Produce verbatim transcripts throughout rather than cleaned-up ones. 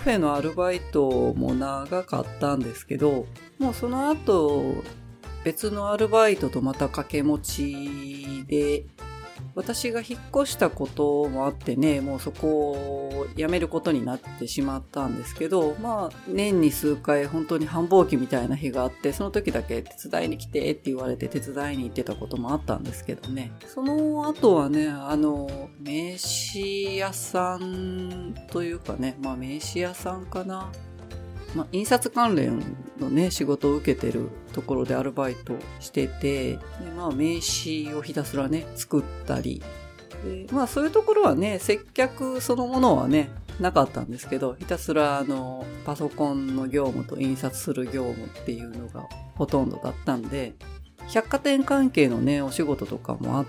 フェのアルバイトも長かったんですけど、もうその後別のアルバイトとまた掛け持ちで、私が引っ越したこともあってね、もうそこを辞めることになってしまったんですけど、まあ年に数回本当に繁忙期みたいな日があって、その時だけ手伝いに来てって言われて手伝いに行ってたこともあったんですけどね。その後はね、あの名刺屋さんというかね、まあ名刺屋さんかな。まあ、印刷関連のね、仕事を受けてるところでアルバイトしてて、でまあ、名刺をひたすらね、作ったり。でまあ、そういうところはね、接客そのものはね、なかったんですけど、ひたすらあの、パソコンの業務と印刷する業務っていうのがほとんどだったんで、百貨店関係のね、お仕事とかもあって、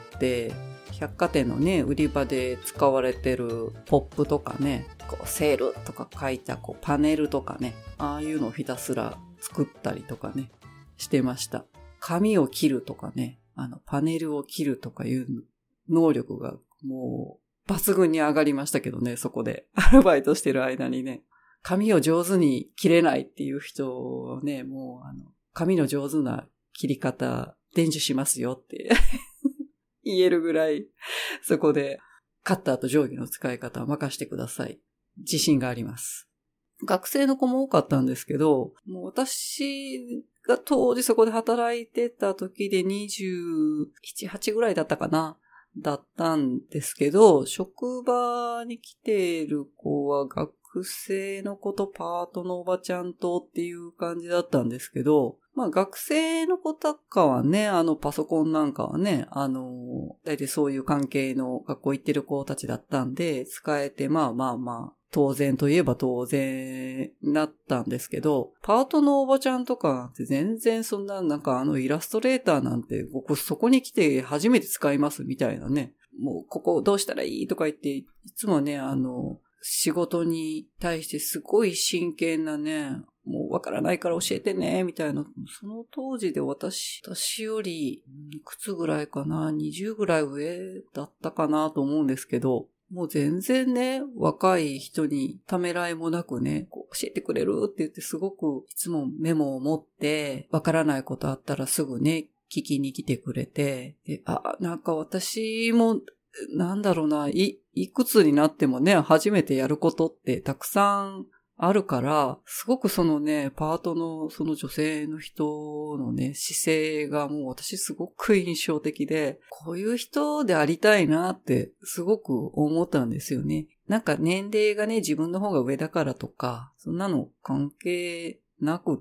百貨店のね、売り場で使われてるポップとかね、こうセールとか書いたこうパネルとかね、ああいうのをひたすら作ったりとかね、してました。紙を切るとかね、あのパネルを切るとかいう能力がもう抜群に上がりましたけどね、そこでアルバイトしてる間にね、紙を上手に切れないっていう人をね、もうあの紙の上手な切り方伝授しますよって言えるぐらい、そこでカッターと定規の使い方を任せてください。自信があります。学生の子も多かったんですけど、もう私が当時そこで働いてた時でにじゅうなな、はちぐらいだったかな、だったんですけど、職場に来ている子は学生の子とパートのおばちゃんとっていう感じだったんですけど、まあ学生の子とかはね、あのパソコンなんかはね、あの、大体そういう関係の学校行ってる子たちだったんで、使えてまあまあまあ、当然といえば当然だったんですけど、パートのおばちゃんとかって全然そんな、なんかあのイラストレーターなんて僕そこに来て初めて使いますみたいなね。もうここどうしたらいいとか言って、いつもね、あの、仕事に対してすごい真剣なね、もうわからないから教えてね、みたいな。その当時で私、私より、いくつぐらいかな、にじゅうぐらい上だったかなと思うんですけど、もう全然ね、若い人にためらいもなくね、こう教えてくれるって言ってすごくいつもメモを持って、わからないことあったらすぐね、聞きに来てくれて、で、あ、なんか私も、なんだろうな、い、いくつになってもね、初めてやることってたくさんあるから、すごくそのね、パートのその女性の人のね、姿勢がもう私すごく印象的で、こういう人でありたいなってすごく思ったんですよね。なんか年齢がね、自分の方が上だからとか、そんなの関係なくって、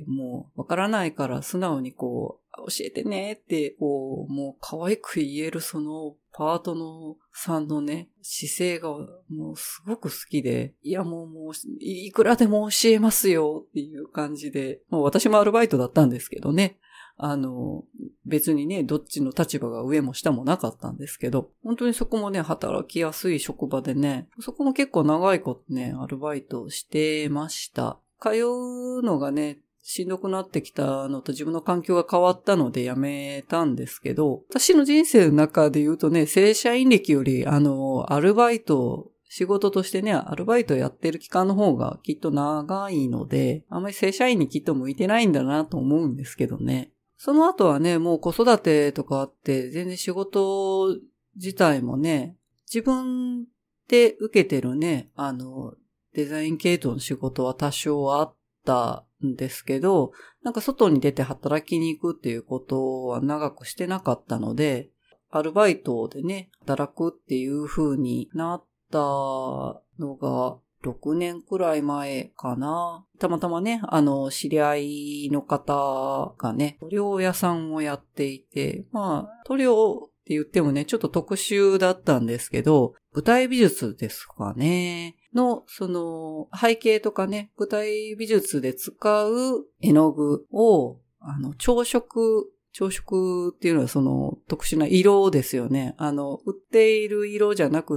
もうわからないから素直にこう、教えてねって、こう、もう可愛く言えるそのパートのさんのね、姿勢がもうすごく好きで、いやもうもう、いくらでも教えますよっていう感じで、もう私もアルバイトだったんですけどね、あの、別にね、どっちの立場が上も下もなかったんですけど、本当にそこもね、働きやすい職場でね、そこも結構長いことね、アルバイトしてました。通うのがね、しんどくなってきたのと自分の環境が変わったので辞めたんですけど、私の人生の中で言うとね、正社員歴より、あの、アルバイト、仕事としてね、アルバイトやってる期間の方がきっと長いので、あんまり正社員にきっと向いてないんだなと思うんですけどね。その後はね、もう子育てとかあって、全然仕事自体もね、自分で受けてるね、あの、デザイン系統の仕事は多少あったんですけど、なんか外に出て働きに行くっていうことは長くしてなかったので、アルバイトでね、働くっていう風になったのがろくねんくらい前かな。たまたまね、あの、知り合いの方がね、塗料屋さんをやっていて、まあ、塗料って言ってもね、ちょっと特殊だったんですけど、舞台美術ですかね。の、その、背景とかね、舞台美術で使う絵の具を、あの、調色、調色っていうのはその特殊な色ですよね。あの、売っている色じゃなくって、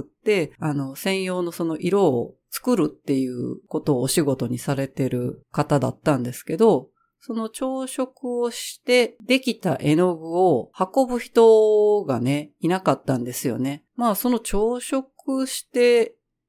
あの、専用のその色を作るっていうことをお仕事にされてる方だったんですけど、その調色をしてできた絵の具を運ぶ人がね、いなかったんですよね。まあその調色して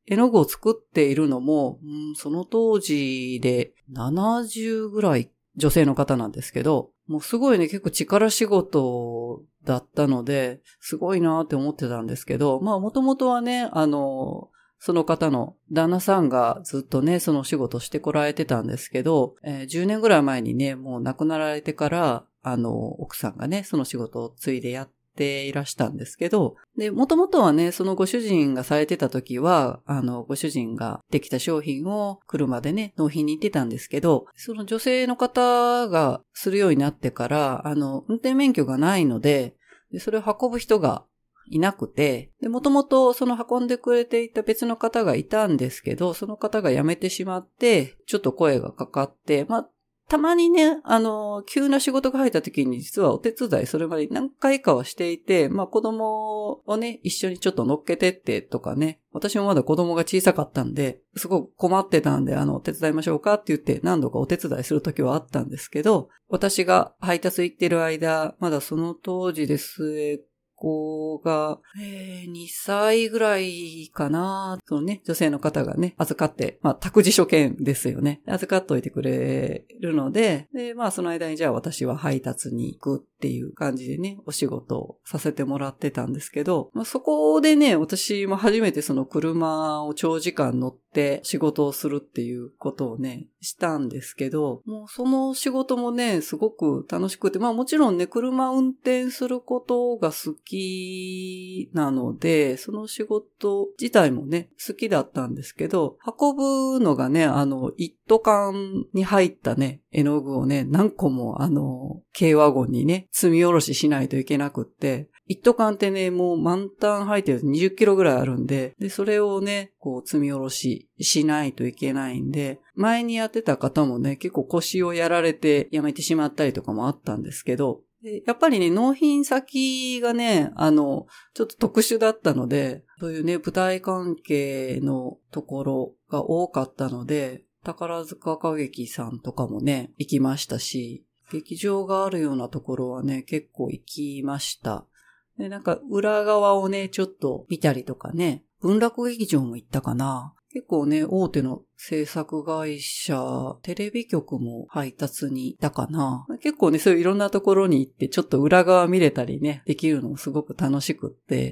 絵の具を作っているのも、うん、その当時でななじゅうぐらい女性の方なんですけど、もうすごいね、結構力仕事だったので、すごいなーって思ってたんですけど、まあもともとはね、あの、その方の旦那さんがずっとね、その仕事してこられてたんですけど、えー、じゅうねんぐらい前にね、もう亡くなられてから、あの、奥さんがね、その仕事を継いでやっていらしたんですけど、で、もともとはね、そのご主人がされてた時は、あの、ご主人ができた商品を車でね、納品に行ってたんですけど、その女性の方がするようになってから、あの、運転免許がないので、でそれを運ぶ人がいなくて、で、もともとその運んでくれていた別の方がいたんですけど、その方が辞めてしまって、ちょっと声がかかって、まあ、たまにね、あの、急な仕事が入った時に実はお手伝いそれまで何回かはしていて、まあ子供をね、一緒にちょっと乗っけてってとかね、私もまだ子供が小さかったんで、すごく困ってたんで、あの、手伝いましょうかって言って何度かお手伝いする時はあったんですけど、私が配達行ってる間、まだその当時で末子が、えー、にさいぐらいかな。そのね、女性の方がね、預かって、まあ、託児所兼ですよね。預かっといてくれるので、で、まあ、その間にじゃあ私は配達に行くっていう感じでね、お仕事をさせてもらってたんですけど、まあ、そこでね、私も初めてその車を長時間乗って仕事をするっていうことをね、したんですけど、もうその仕事もね、すごく楽しくて、まあもちろんね、車運転することが好きなので、その仕事自体もね、好きだったんですけど、運ぶのがね、あの、一斗缶に入ったね、絵の具をね、何個もあの、軽ワゴンにね、積み下ろししないといけなくって、一斗缶ってね、もう満タン入ってるとにじゅっキロぐらいあるんで、で、それをね、こう積み下ろししないといけないんで、前にやってた方もね、結構腰をやられて辞めてしまったりとかもあったんですけど、でやっぱりね、納品先がね、あの、ちょっと特殊だったので、そういうね、舞台関係のところが多かったので、宝塚歌劇さんとかもね、行きましたし、劇場があるようなところはね、結構行きました。で、なんか裏側をね、ちょっと見たりとかね、文楽劇場も行ったかな。結構ね、大手の制作会社、テレビ局も配達に行ったかな。結構ね、そういういろんなところに行って、ちょっと裏側見れたりね、できるのもすごく楽しくって、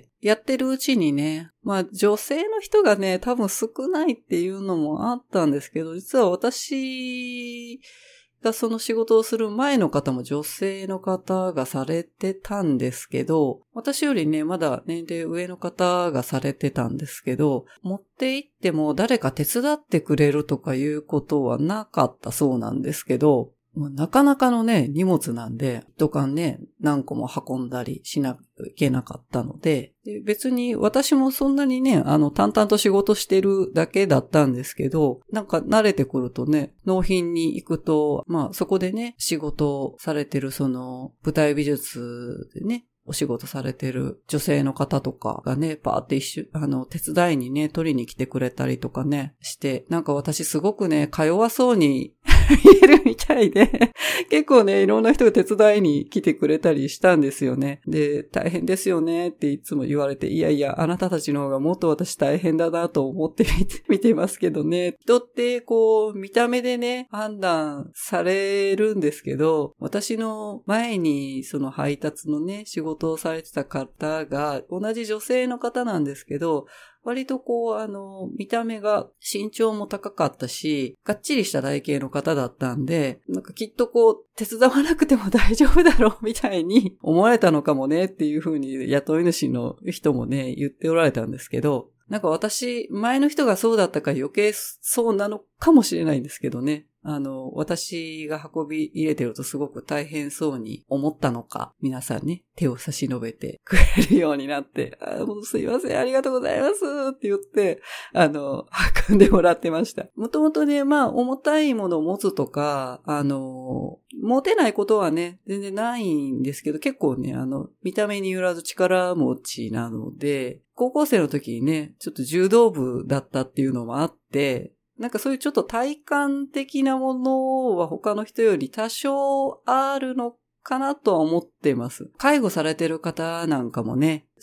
やってるうちにね、まあ女性の人がね、多分少ないっていうのもあったんですけど、実は私、がその仕事をする前の方も女性の方がされてたんですけど、私よりね、まだ年齢上の方がされてたんですけど、持って行っても誰か手伝ってくれるとかいうことはなかったそうなんですけど、もうなかなかのね、荷物なんで、一斗缶ね、何個も運んだりしなきゃいけなかったので、で別に私もそんなにね、あの、淡々と仕事してるだけだったんですけど、なんか慣れてくるとね、納品に行くと、まあそこでね、仕事されてるその、舞台美術でね、お仕事されてる女性の方とかがね、パーって一緒、あの、手伝いにね、取りに来てくれたりとかね、して、なんか私すごくね、か弱そうに見えるみたいで、結構ね、いろんな人が手伝いに来てくれたりしたんですよね。で、大変ですよねっていつも言われて、いやいや、あなたたちの方がもっと私大変だなと思って見て、見てますけどね。人ってこう、見た目でね、判断されるんですけど、私の前にその配達のね、仕事をされてた方が、同じ女性の方なんですけど、割とこう、あの、見た目が身長も高かったし、がっちりした体型の方だったんで、なんかきっとこう、手伝わなくても大丈夫だろうみたいに思われたのかもねっていう風に雇い主の人もね、言っておられたんですけど、なんか私、前の人がそうだったから余計そうなのかもしれないんですけどね。あの、私が運び入れてるとすごく大変そうに思ったのか、皆さんね、手を差し伸べてくれるようになって、あ、もうすいません、ありがとうございますって言って、あの、運んでもらってました。もともとね、まあ、重たいものを持つとか、あの、持てないことはね、全然ないんですけど、結構ね、あの、見た目によらず力持ちなので、高校生の時にね、ちょっと柔道部だったっていうのもあって、なんかそういうちょっと体感的なものは他の人より多少あるのかなとは思ってます。介護されてる方なんかもね、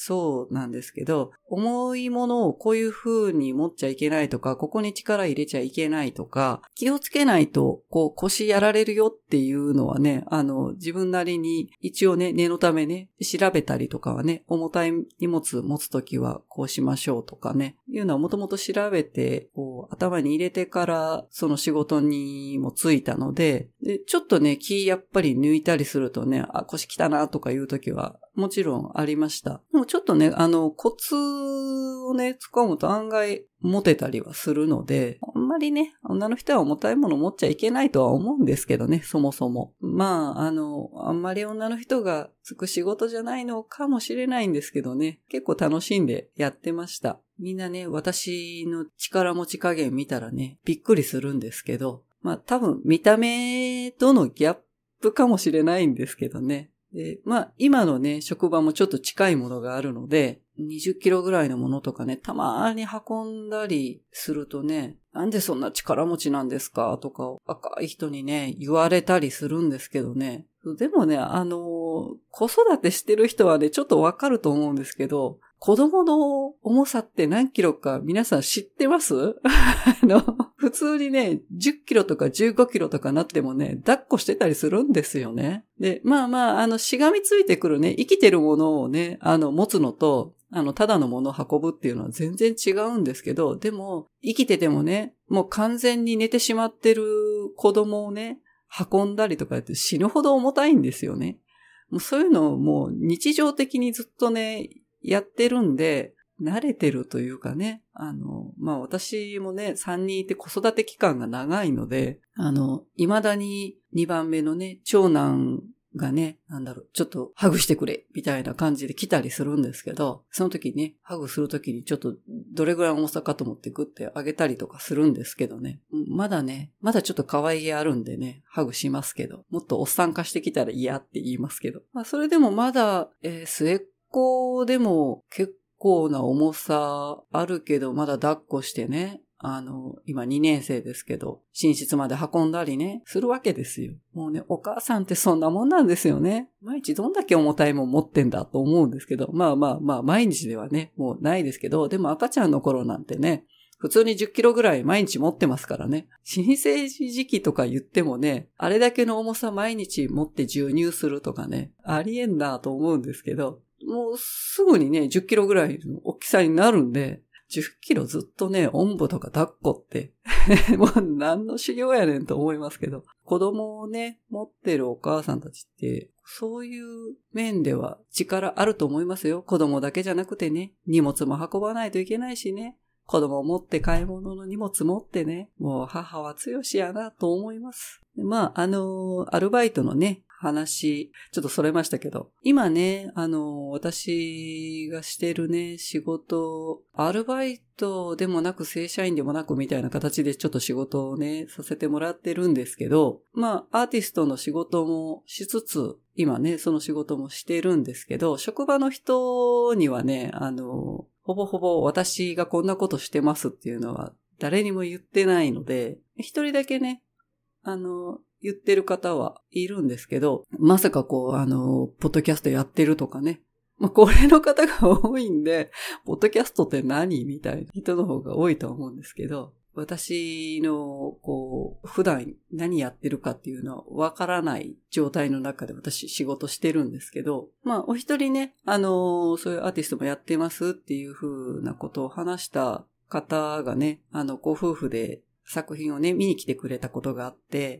そうなんですけど、重いものをこういう風に持っちゃいけないとか、ここに力入れちゃいけないとか、気をつけないと、こう腰やられるよっていうのはね、あの、自分なりに一応ね、念のためね、調べたりとかはね、重たい荷物持つときはこうしましょうとかね、いうのはもともと調べて、こう頭に入れてからその仕事にもついたので、で、ちょっとね、気やっぱり抜いたりするとね、あ、腰きたなとかいうときはもちろんありました。でもちょっとね、あの、コツをね、掴むと案外持てたりはするので、あんまりね、女の人は重たいもの持っちゃいけないとは思うんですけどね、そもそも。まあ、あの、あんまり女の人がつく仕事じゃないのかもしれないんですけどね、結構楽しんでやってました。みんなね、私の力持ち加減見たらね、びっくりするんですけど、まあ多分見た目とのギャップかもしれないんですけどね。で、まあ今のね、職場もちょっと近いものがあるので、にじゅっキロぐらいのものとかね、たまに運んだりするとね、なんでそんな力持ちなんですかとか、若い人にね、言われたりするんですけどね。でもね、あの、子育てしてる人はね、ちょっとわかると思うんですけど、子供の重さって何キロか皆さん知ってますあの、普通にね、じゅっキロとかじゅうごキロとかなってもね、抱っこしてたりするんですよね。で、まあまあ、あの、しがみついてくるね、生きてるものをね、あの、持つのと、あの、ただのものを運ぶっていうのは全然違うんですけど、でも、生きててもね、もう完全に寝てしまってる子供をね、運んだりとかやって死ぬほど重たいんですよね。もうそういうのをもう日常的にずっとね、やってるんで、慣れてるというかね、あの、まあ私もね、さんにんいて子育て期間が長いので、あの、未だににばんめのね、長男がね、なんだろう、ちょっとハグしてくれ、みたいな感じで来たりするんですけど、その時ね、ハグする時にちょっとどれぐらい重さかと思ってグッてあげたりとかするんですけどね、まだね、まだちょっと可愛げあるんでね、ハグしますけど、もっとおっさん化してきたら嫌って言いますけど、まあそれでもまだ、えー、末っ子でも結構な重さあるけど、まだ抱っこしてね、あの、今にねん生ですけど、寝室まで運んだりね、するわけですよ。もうね、お母さんってそんなもんなんですよね。毎日どんだけ重たいもん持ってんだと思うんですけど、まあまあまあ、毎日ではね、もうないですけど、でも赤ちゃんの頃なんてね、普通にじゅっキロぐらい毎日持ってますからね。新生児期とか言ってもね、あれだけの重さ毎日持って授乳するとかね、ありえんなと思うんですけど、もうすぐにね、じゅっキロぐらいの大きさになるんで、じゅっキロずっとね、おんぶとか抱っこって、もう何の修行やねんと思いますけど、子供をね、持ってるお母さんたちって、そういう面では力あると思いますよ。子供だけじゃなくてね、荷物も運ばないといけないしね、子供を持って買い物の荷物持ってね、もう母は強しやなと思います。まあ、あの、アルバイトのね、話、ちょっとそれましたけど、今ね、あの、私がしてるね、仕事、アルバイトでもなく正社員でもなくみたいな形でちょっと仕事をね、させてもらってるんですけど、まあ、アーティストの仕事もしつつ、今ね、その仕事もしてるんですけど、職場の人にはね、あの、ほぼほぼ私がこんなことしてますっていうのは誰にも言ってないので、一人だけね、あの、言ってる方はいるんですけど、まさかこう、あの、ポッドキャストやってるとかね。まあ、これの方が多いんで、ポッドキャストって何みたいな人の方が多いと思うんですけど、私の、こう、普段何やってるかっていうのはわからない状態の中で私仕事してるんですけど、まあ、お一人ね、あの、そういうアーティストもやってますっていう風なことを話した方がね、あの、ご夫婦で作品をね、見に来てくれたことがあって、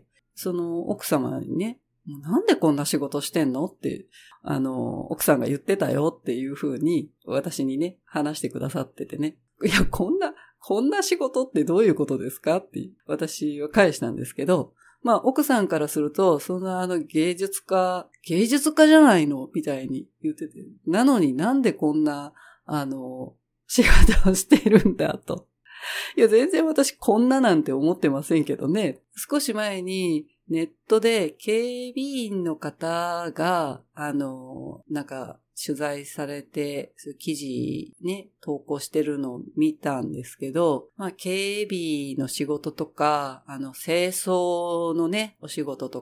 その奥様にね、なんでこんな仕事してんのって、あの、奥さんが言ってたよっていう風に私にね、話してくださっててね。いや、こんな、こんな仕事ってどういうことですかって私は返したんですけど、まあ奥さんからすると、そんなあの芸術家、芸術家じゃないのみたいに言ってて、なのになんでこんな、あの、仕事をしてるんだと。いや、全然私こんななんて思ってませんけどね。少し前にネットで警備員の方が、あの、なんか取材されて、記事ね、投稿してるのを見たんですけど、まあ、警備の仕事とか、あの、清掃のね、お仕事とか、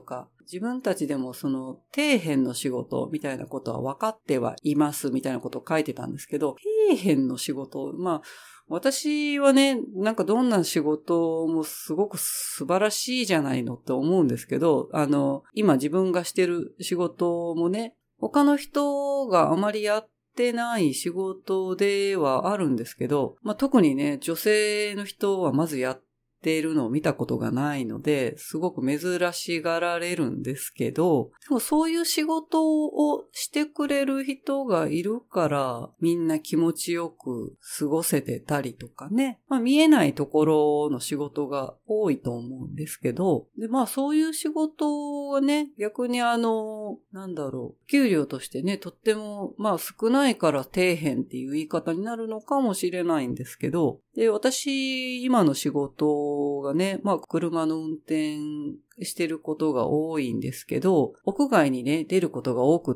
自分たちでもその底辺の仕事みたいなことは分かってはいますみたいなことを書いてたんですけど、底辺の仕事、まあ私はね、なんかどんな仕事もすごく素晴らしいじゃないのって思うんですけど、あの、今自分がしてる仕事もね、他の人があまりやってない仕事ではあるんですけど、まあ、特にね、女性の人はまずやっているのを見たことがないので、すごく珍しがられるんですけど、でもそういう仕事をしてくれる人がいるから、みんな気持ちよく過ごせてたりとかね、まあ見えないところの仕事が多いと思うんですけど、でまあそういう仕事はね、逆にあの、なんだろう、給料としてね、とってもまあ少ないから底辺っていう言い方になるのかもしれないんですけど、で、私、今の仕事がね、まあ車の運転してることが多いんですけど、屋外にね、出ることが多くって、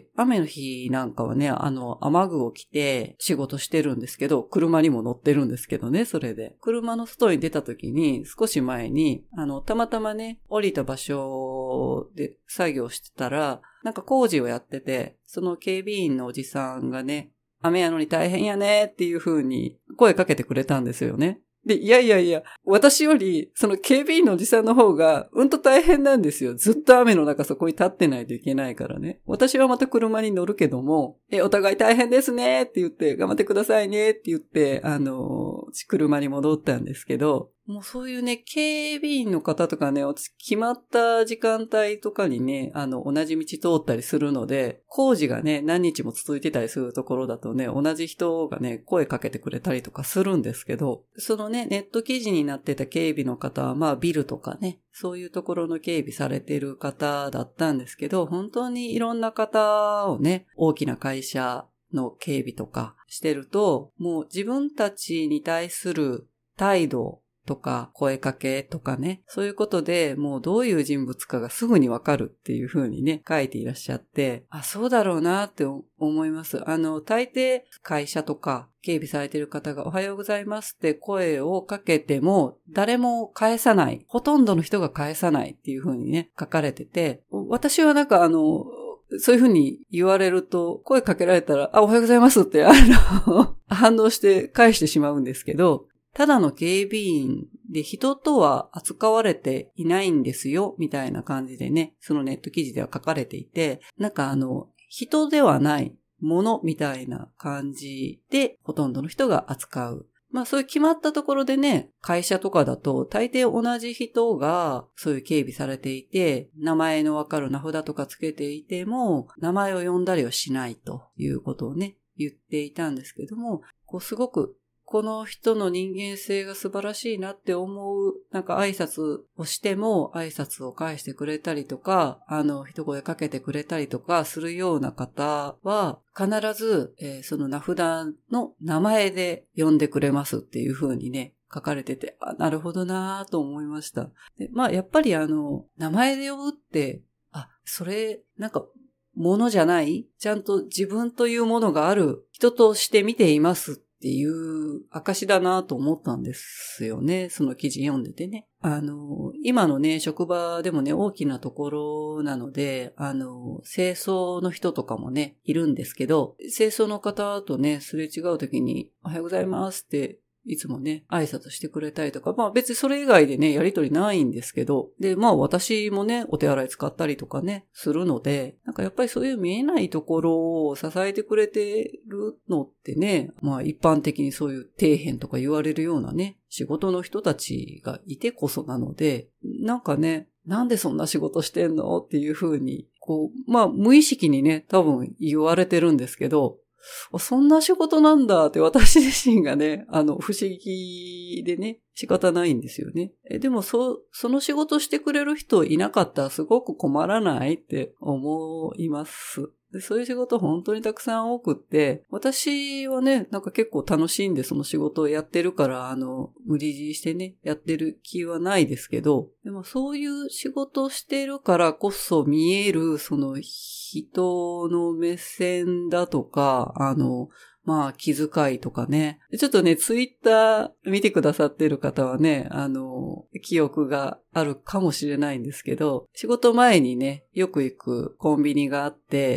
雨の日なんかはね、あの、雨具を着て仕事してるんですけど、車にも乗ってるんですけどね、それで。車の外に出た時に、少し前に、あの、たまたまね、降りた場所で作業してたら、なんか工事をやってて、その警備員のおじさんがね、雨やのに大変やねっていう風に声かけてくれたんですよね。で、いやいやいや、私より、その警備員のおじさんの方が、うんと大変なんですよ。ずっと雨の中そこに立ってないといけないからね。私はまた車に乗るけども、え、お互い大変ですねって言って、頑張ってくださいねって言って、あの、車に戻ったんですけど、もうそういうね、警備員の方とかね、決まった時間帯とかにね、あの、同じ道通ったりするので、工事がね、何日も続いてたりするところだとね、同じ人がね、声かけてくれたりとかするんですけど、そのね、ネット記事になってた警備の方は、まあ、ビルとかね、そういうところの警備されている方だったんですけど、本当にいろんな方をね、大きな会社の警備とかしてると、もう自分たちに対する態度とか声かけとかね、そういうことでもうどういう人物かがすぐにわかるっていう風にね、書いていらっしゃって、あ、そうだろうなって思います。あの、大抵会社とか警備されている方がおはようございますって声をかけても誰も返さない。ほとんどの人が返さないっていう風にね、書かれてて、私はなんかあの、そういうふうに言われると、声かけられたら、あ、おはようございますって、あの、反応して返してしまうんですけど、ただの警備員で人とは扱われていないんですよ、みたいな感じでね、そのネット記事では書かれていて、なんかあの、人ではないものみたいな感じで、ほとんどの人が扱う。まあそういう決まったところでね、会社とかだと大抵同じ人がそういう警備されていて、名前のわかる名札とかつけていても、名前を呼んだりはしないということをね、言っていたんですけども、こうすごくこの人の人間性が素晴らしいなって思う、なんか挨拶をしても挨拶を返してくれたりとか、あの、一声かけてくれたりとかするような方は、必ず、えー、その名札の名前で呼んでくれますっていう風にね、書かれてて、あ、なるほどなぁと思いました。で、まあ、やっぱりあの、名前で呼ぶって、あ、それ、なんか、ものじゃない？ちゃんと自分というものがある人として見ていますっていう証だなと思ったんですよね。その記事読んでてね。あの、今のね、職場でもね、大きなところなので、あの、清掃の人とかもね、いるんですけど、清掃の方とね、すれ違うときに、おはようございますって、いつもね、挨拶してくれたりとか、まあ別にそれ以外でね、やりとりないんですけど、で、まあ私もね、お手洗い使ったりとかね、するので、なんかやっぱりそういう見えないところを支えてくれてるのってね、まあ一般的にそういう底辺とか言われるようなね、仕事の人たちがいてこそなので、なんかね、なんでそんな仕事してんのっていう風に、こう、まあ無意識にね、多分言われてるんですけど、そんな仕事なんだって私自身がね、あの、不思議でね、仕方ないんですよね。え、でもそ、その仕事してくれる人いなかったらすごく困らないって思います。で、そういう仕事本当にたくさん多くって、私はね、なんか結構楽しんでその仕事をやってるから、あの、無理強いしてね、やってる気はないですけど、でもそういう仕事をしてるからこそ見える、その人の目線だとか、あの、 まあ気遣いとかね。ちょっとね、ツイッター見てくださってる方はね、あの、記憶があるかもしれないんですけど、仕事前にね、よく行くコンビニがあって、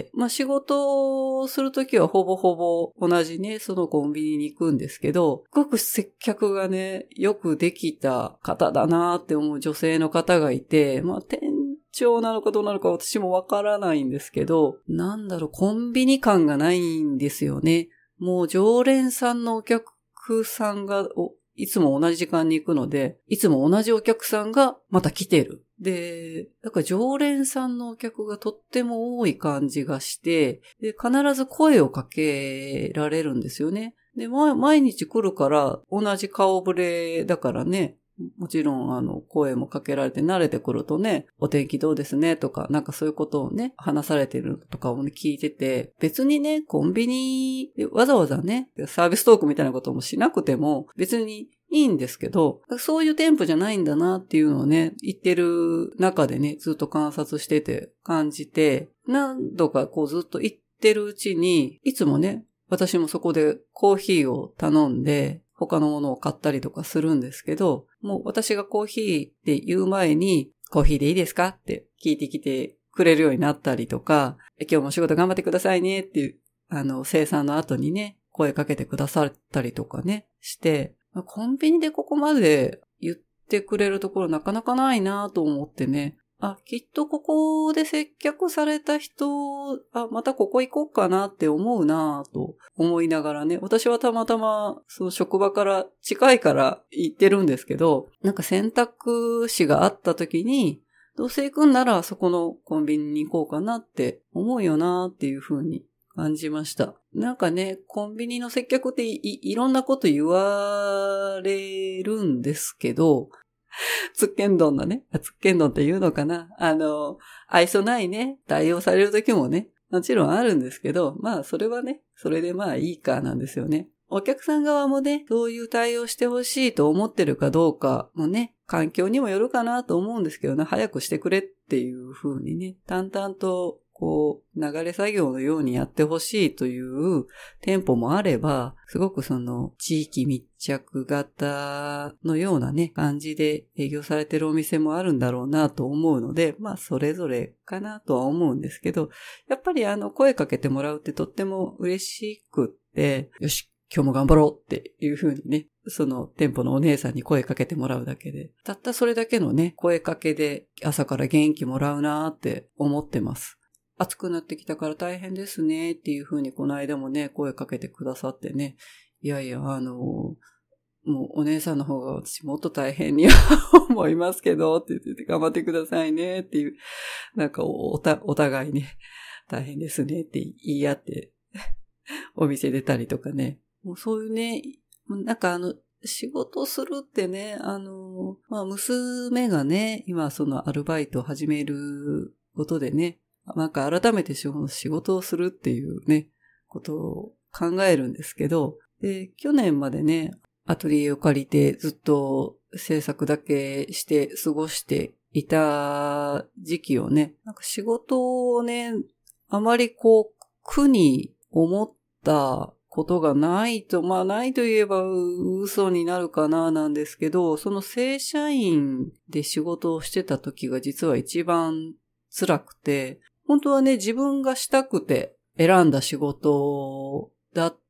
まあ仕事をするときはほぼほぼ同じね、そのコンビニに行くんですけど、すごく接客がね、よくできた方だなって思う女性の方がいて、まあ店長なのかどうなのか私もわからないんですけど、なんだろう、コンビニ感がないんですよね。もう常連さんのお客さんがいつも同じ時間に行くので、いつも同じお客さんがまた来てる。で、だから常連さんのお客がとっても多い感じがして、で、必ず声をかけられるんですよね。で、毎日来るから同じ顔ぶれだからね、もちろん、あの、声もかけられて慣れてくるとね、お天気どうですねとか、なんかそういうことをね、話されてるとかを、ね、聞いてて、別にね、コンビニでわざわざね、サービストークみたいなこともしなくても、別にいいんですけど、そういう店舗じゃないんだなっていうのをね、言ってる中でね、ずっと観察してて感じて、何度かこうずっと言ってるうちに、いつもね、私もそこでコーヒーを頼んで、他のものを買ったりとかするんですけど、もう私がコーヒーって言う前に、コーヒーでいいですかって聞いてきてくれるようになったりとか、今日も仕事頑張ってくださいねっていう、あの、生産の後にね、声かけてくださったりとかね、して、コンビニでここまで言ってくれるところなかなかないなと思ってね、あ、きっとここで接客された人、あ、またここ行こうかなって思うなと思いながらね、私はたまたまその職場から近いから行ってるんですけど、なんか選択肢があった時に、どうせ行くんならそこのコンビニに行こうかなって思うよなっていう風に感じました。なんかね、コンビニの接客って い, い, いろんなこと言われるんですけど、つっけんどんのね、つっけんどんって言うのかな、あの、愛想ないね、対応される時もね、もちろんあるんですけど、まあそれはね、それでまあいいかなんですよね。お客さん側もね、そういう対応してほしいと思ってるかどうかもね、環境にもよるかなと思うんですけどね、早くしてくれっていう風にね、淡々とこう、流れ作業のようにやってほしいという店舗もあれば、すごくその地域密着型のようなね、感じで営業されてるお店もあるんだろうなと思うので、まあそれぞれかなとは思うんですけど、やっぱりあの声かけてもらうってとっても嬉しくって、よし、今日も頑張ろうっていう風にね、その店舗のお姉さんに声かけてもらうだけで、たったそれだけのね、声かけで朝から元気もらうなーって思ってます。暑くなってきたから大変ですねっていう風にこの間もね、声かけてくださってね、いやいや、あの、もうお姉さんの方が私もっと大変に思いますけどって言って頑張ってくださいねっていう、なんか お, たお互いね、大変ですねって言い合ってお店出たりとかね、もうそういうね、なんかあの、仕事するってね、あの、まあ娘がね、今そのアルバイトを始めることでね、なんか改めて仕事をするっていうね、ことを考えるんですけど、で、去年までね、アトリエを借りてずっと制作だけして過ごしていた時期をね、なんか仕事をね、あまりこう、苦に思ったことがないと、まあないと言えば嘘になるかななんですけど、その正社員で仕事をしてた時が実は一番辛くて、本当はね、自分がしたくて選んだ仕事だった。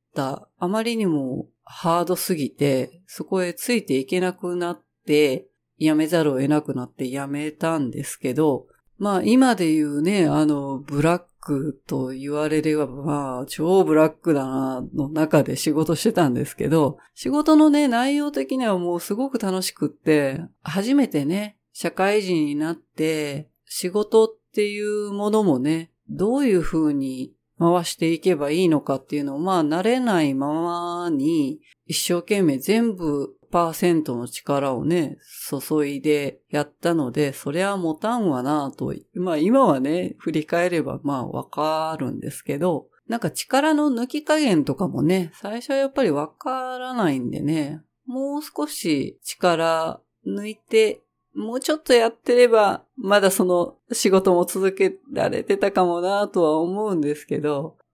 あまりにもハードすぎて、そこへついていけなくなって、辞めざるを得なくなって辞めたんですけど、まあ今で言うね、あの、ブラックと言われれば、まあ超ブラックだな、の中で仕事してたんですけど、仕事のね、内容的にはもうすごく楽しくって、初めてね、社会人になって、仕事っていうものもね、どういう風に回していけばいいのかっていうのを、まあ慣れないままに一生懸命全部パーセントの力をね、注いでやったので、そりゃ持たんわなと、まあ今はね、振り返ればまあわかるんですけど、なんか力の抜き加減とかもね、最初はやっぱりわからないんでね、もう少し力抜いて、もうちょっとやってれば、まだその仕事も続けられてたかもなとは思うんですけど、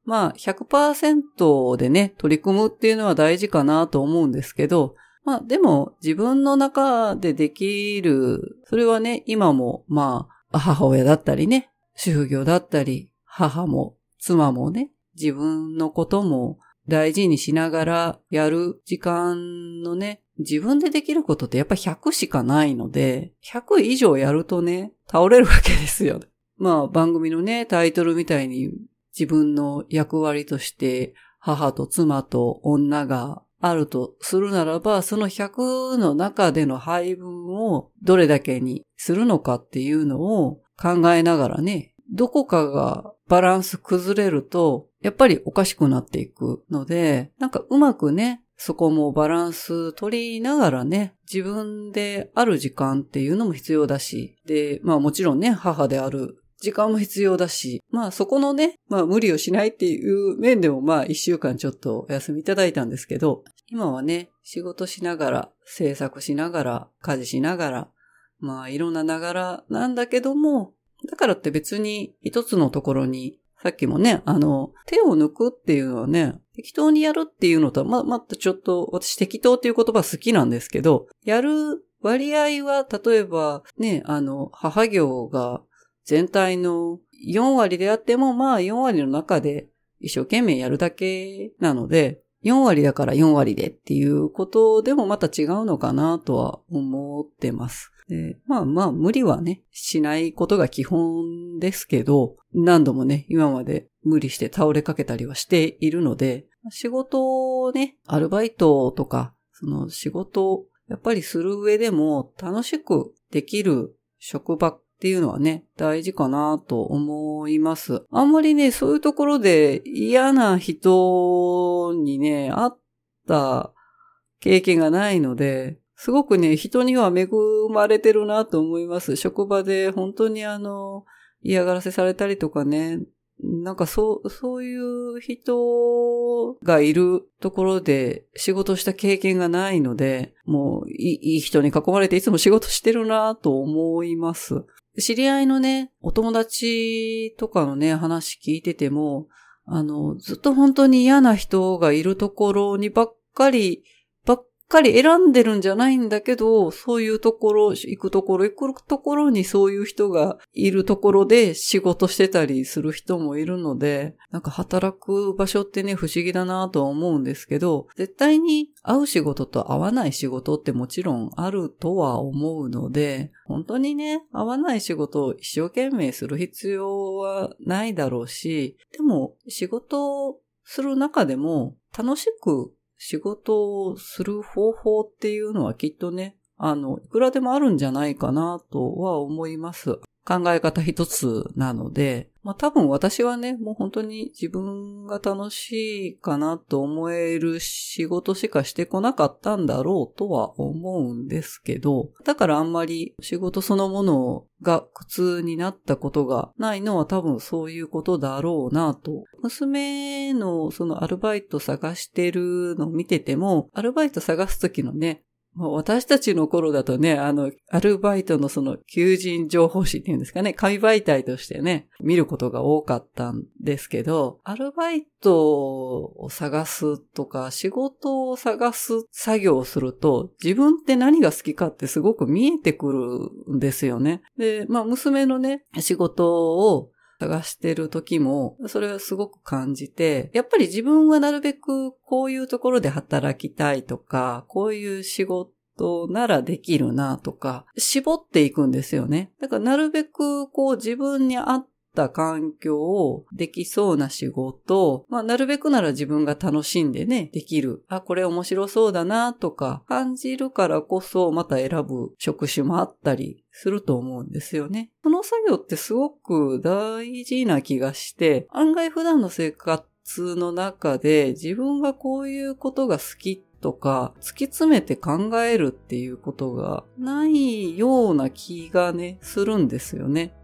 まあ ひゃくパーセント でね、取り組むっていうのは大事かなと思うんですけど、まあでも自分の中でできる、それはね、今もまあ母親だったりね、主婦業だったり、母も妻もね、自分のことも大事にしながらやる時間のね、自分でできることってやっぱひゃくしかないので、ひゃく以上やるとね、倒れるわけですよ。まあ番組のね、タイトルみたいに自分の役割として母と妻と女があるとするならば、そのひゃくの中での配分をどれだけにするのかっていうのを考えながらね、どこかがバランス崩れると、やっぱりおかしくなっていくので、なんかうまくね、そこもバランス取りながらね、自分である時間っていうのも必要だし、で、まあもちろんね、母である時間も必要だし、まあそこのね、まあ無理をしないっていう面でもまあ一週間ちょっとお休みいただいたんですけど、今はね、仕事しながら、制作しながら、家事しながら、まあいろんなながらなんだけども、だからって別に一つのところに、さっきもね、あの、手を抜くっていうのはね、適当にやるっていうのとは、ま、またちょっと、私適当っていう言葉好きなんですけど、やる割合は、例えばね、あの、母業が全体のよん割であっても、まあよん割の中で一生懸命やるだけなので、よん割だからよん割でっていうことでもまた違うのかなとは思ってます。でまあまあ無理はね、しないことが基本ですけど、何度もね、今まで無理して倒れかけたりはしているので、仕事をね、アルバイトとか、その仕事をやっぱりする上でも楽しくできる職場っていうのはね、大事かなと思います。あんまりね、そういうところで嫌な人にね、会った経験がないので、すごくね、人には恵まれてるなと思います。職場で本当にあの、嫌がらせされたりとかね、なんかそう、そういう人がいるところで仕事した経験がないので、もういい、いい人に囲まれていつも仕事してるなと思います。知り合いのね、お友達とかのね、話聞いてても、あの、ずっと本当に嫌な人がいるところにばっかり、ばっかり選んでるんじゃないんだけど、そういうところ、行くところ、行くところにそういう人がいるところで仕事してたりする人もいるので、なんか働く場所ってね、不思議だなとは思うんですけど、絶対に合う仕事と合わない仕事ってもちろんあるとは思うので、本当にね、合わない仕事を一生懸命する必要はないだろうし、でも仕事をする中でも楽しく仕事をする方法っていうのはきっとね、あの、いくらでもあるんじゃないかなとは思います。考え方一つなので、まあ多分私はね、もう本当に自分が楽しいかなと思える仕事しかしてこなかったんだろうとは思うんですけど、だからあんまり仕事そのものが苦痛になったことがないのは多分そういうことだろうなと。娘のそのアルバイト探してるのを見てても、アルバイト探すときのね、私たちの頃だとね、あの、アルバイトのその求人情報誌っていうんですかね、紙媒体としてね、見ることが多かったんですけど、アルバイトを探すとか、仕事を探す作業をすると、自分って何が好きかってすごく見えてくるんですよね。で、まあ、娘のね、仕事を探してる時も、それはすごく感じて、やっぱり自分はなるべくこういうところで働きたいとか、こういう仕事ならできるなとか、絞っていくんですよね。だからなるべくこう自分に合った環境をできそうな仕事、まあなるべくなら自分が楽しんでね、できる。あ、これ面白そうだなとか感じるからこそまた選ぶ職種もあったりすると思うんですよね。その作業ってすごく大事な気がして、案外普段の生活の中で自分がこういうことが好きとか突き詰めて考えるっていうことがないような気がね、するんですよね。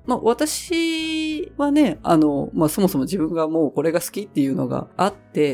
まあ私はね、あの、まあそもそも自分がもうこれが好きっていうのがあって、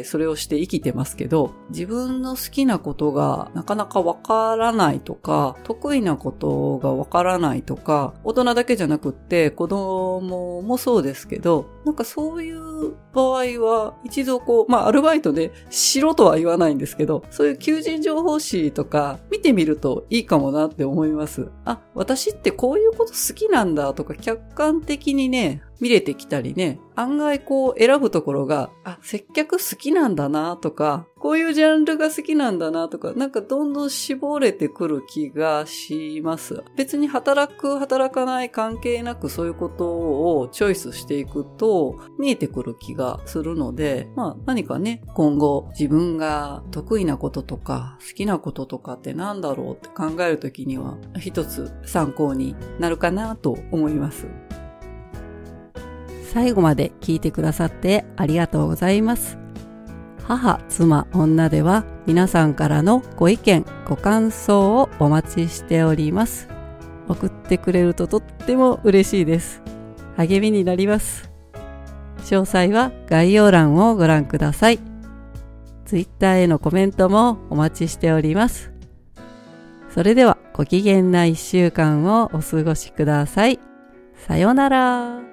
それをして生きてますけど、自分の好きなことがなかなかわからないとか、得意なことがわからないとか、大人だけじゃなくって子供もそうですけど、なんかそういう場合は一度こう、まあアルバイトでしろとは言わないんですけど、そういう求人情報誌とか見てみるといいかもなって思います。あ、私ってこういうこと好きなんだとか客観的にね、見れてきたりね、案外こう選ぶところが、あ、接客好きなんだなとか、こういうジャンルが好きなんだなとか、なんかどんどん絞れてくる気がします。別に働く、働かない関係なくそういうことをチョイスしていくと見えてくる気がするので、まあ何かね、今後自分が得意なこととか好きなこととかってなんだろうって考えるときには一つ参考になるかなと思います。 最後まで聞いてくださってありがとうございます。母、妻、女では皆さんからのご意見、ご感想をお待ちしております。送ってくれるととっても嬉しいです。励みになります。詳細は概要欄をご覧ください。Twitter へのコメントもお待ちしております。それではご機嫌ないっしゅうかんをお過ごしください。さようなら。